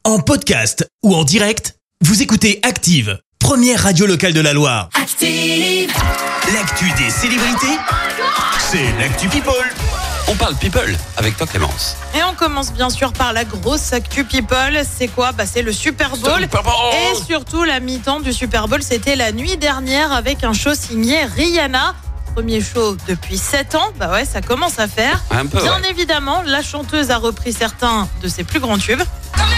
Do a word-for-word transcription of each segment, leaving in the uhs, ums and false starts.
En podcast ou en direct, vous écoutez Active, première radio locale de la Loire. Active! L'actu des célébrités, c'est l'actu People. On parle people avec toi Clémence. Et on commence bien sûr par la grosse actu people. C'est quoi ? Bah c'est le Super Bowl. Super Bowl. Et surtout la mi-temps du Super Bowl, c'était la nuit dernière avec un show signé Rihanna. Premier show depuis sept ans, bah ouais, ça commence à faire. Un peu, bien ouais. évidemment, la chanteuse a repris certains de ses plus grands tubes.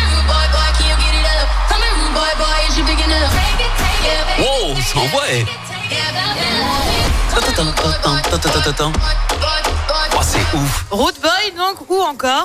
Wow, ça envoie. Oh, c'est ouf. Road Boy donc, ou encore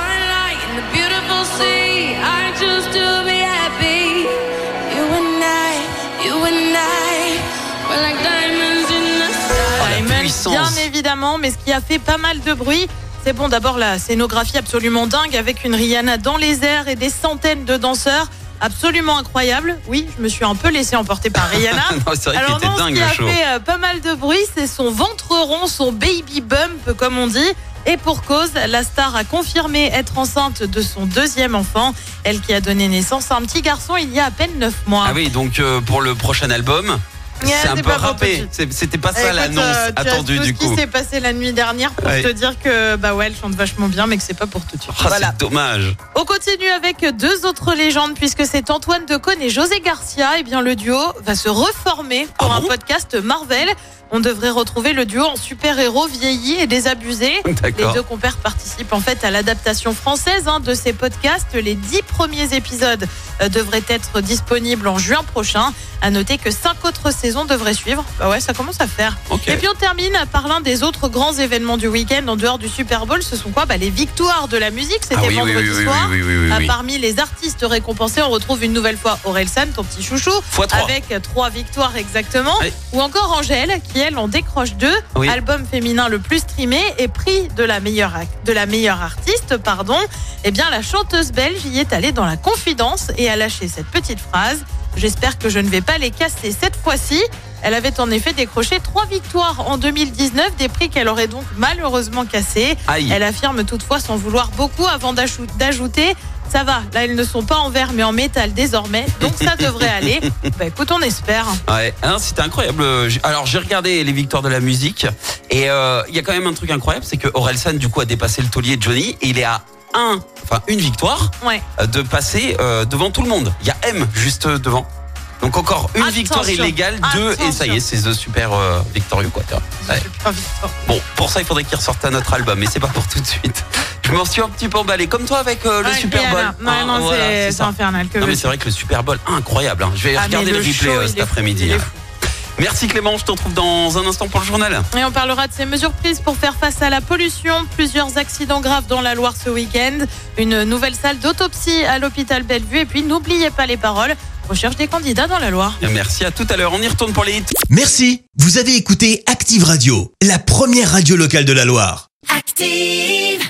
bien évidemment, mais ce qui a fait pas mal de bruit, c'est bon, d'abord la scénographie absolument dingue avec une Rihanna dans les airs et des centaines de danseurs. Absolument incroyable. Oui, je me suis un peu laissé emporter par Rihanna. Non, c'est vrai Alors qu'il était non, dingue, ce qui a le show. fait euh, pas mal de bruit, c'est son ventre rond, son baby bump, comme on dit. Et pour cause, la star a confirmé être enceinte de son deuxième enfant. Elle qui a donné naissance à un petit garçon il y a à peine neuf mois. Ah oui, donc euh, pour le prochain album, Yeah, c'est un c'est peu pas pour râpé. tout de C'est- C'était pas ça Écoute, l'annonce euh, tu as attendue tout du ce coup. qui s'est passé la nuit dernière pour Ouais. te dire que bah ouais, elle chante vachement bien, mais que c'est pas pour tout de suite. Ah, Voilà. c'est dommage. On continue avec deux autres légendes puisque c'est Antoine Decaune et José Garcia. Et bien le duo va se reformer pour Ah un bon podcast Marvel. On devrait retrouver le duo en super-héros vieillis et désabusés. Les D'accord. deux compères participent en fait à l'adaptation française hein, de ces podcasts. Les dix premiers épisodes euh, devraient être disponibles en juin prochain. À noter que cinq autres saisons devraient suivre. Bah ouais, ça commence à faire. Ok. Et puis on termine par l'un des autres grands événements du week-end en dehors du Super Bowl. Ce sont quoi ? Bah, les victoires de la musique. C'était Ah oui, oui, vendredi oui, oui, soir. oui, oui, oui, Ah, oui. parmi les artistes récompensés, on retrouve une nouvelle fois Orelsan, ton petit chouchou, Fois trois. avec trois victoires exactement. Oui. Ou encore Angèle, qui elle en décroche deux. Oui. Album féminin le plus streamé et prix de la meilleure, ac- de la meilleure artiste. Pardon. Eh bien, la chanteuse belge y est allée dans la confidence et a lâché cette petite phrase. J'espère que je ne vais pas les casser cette fois-ci. Elle avait en effet décroché trois victoires en deux mille dix-neuf, des prix qu'elle aurait donc malheureusement cassés. Aïe. Elle affirme toutefois s'en vouloir beaucoup avant d'ajou- d'ajouter « Ça va, là elles ne sont pas en verre mais en métal désormais, donc ça devrait aller. » Bah écoute, on espère. Ouais, hein, c'était incroyable. J'ai- Alors j'ai regardé les victoires de la musique et il euh, y a quand même un truc incroyable, c'est que Orelsan du coup a dépassé le taulier de Johnny et il est à un, enfin une victoire Ouais. euh, de passer euh, devant tout le monde. Il y a M juste devant. Donc encore une Attention. victoire illégale, deux et ça y est, c'est The Super euh, victorieux quoi. tu vois. Ouais. Super victoire. Bon, pour ça il faudrait qu'il ressorte un autre album, mais c'est pas pour tout de suite. Je m'en suis un petit peu emballé, comme toi avec euh, le Ouais, Super Bowl. Rihanna. Non, Hein, non, voilà, c'est c'est c'est ça. infernal. Que Non mais veux-tu ? c'est vrai que le Super Bowl, incroyable. Hein. Je vais Ah, regarder mais le le replay show, euh, il cet est fou, après-midi. il est hein. fou. Merci Clément, je te retrouve dans un instant pour le journal. Et on parlera de ces mesures prises pour faire face à la pollution. Plusieurs accidents graves dans la Loire ce week-end. Une nouvelle salle d'autopsie à l'hôpital Bellevue. Et puis n'oubliez pas les paroles. Recherche des candidats dans la Loire. Merci, à tout à l'heure. On y retourne pour les hits. Merci, vous avez écouté Active Radio, la première radio locale de la Loire. Active.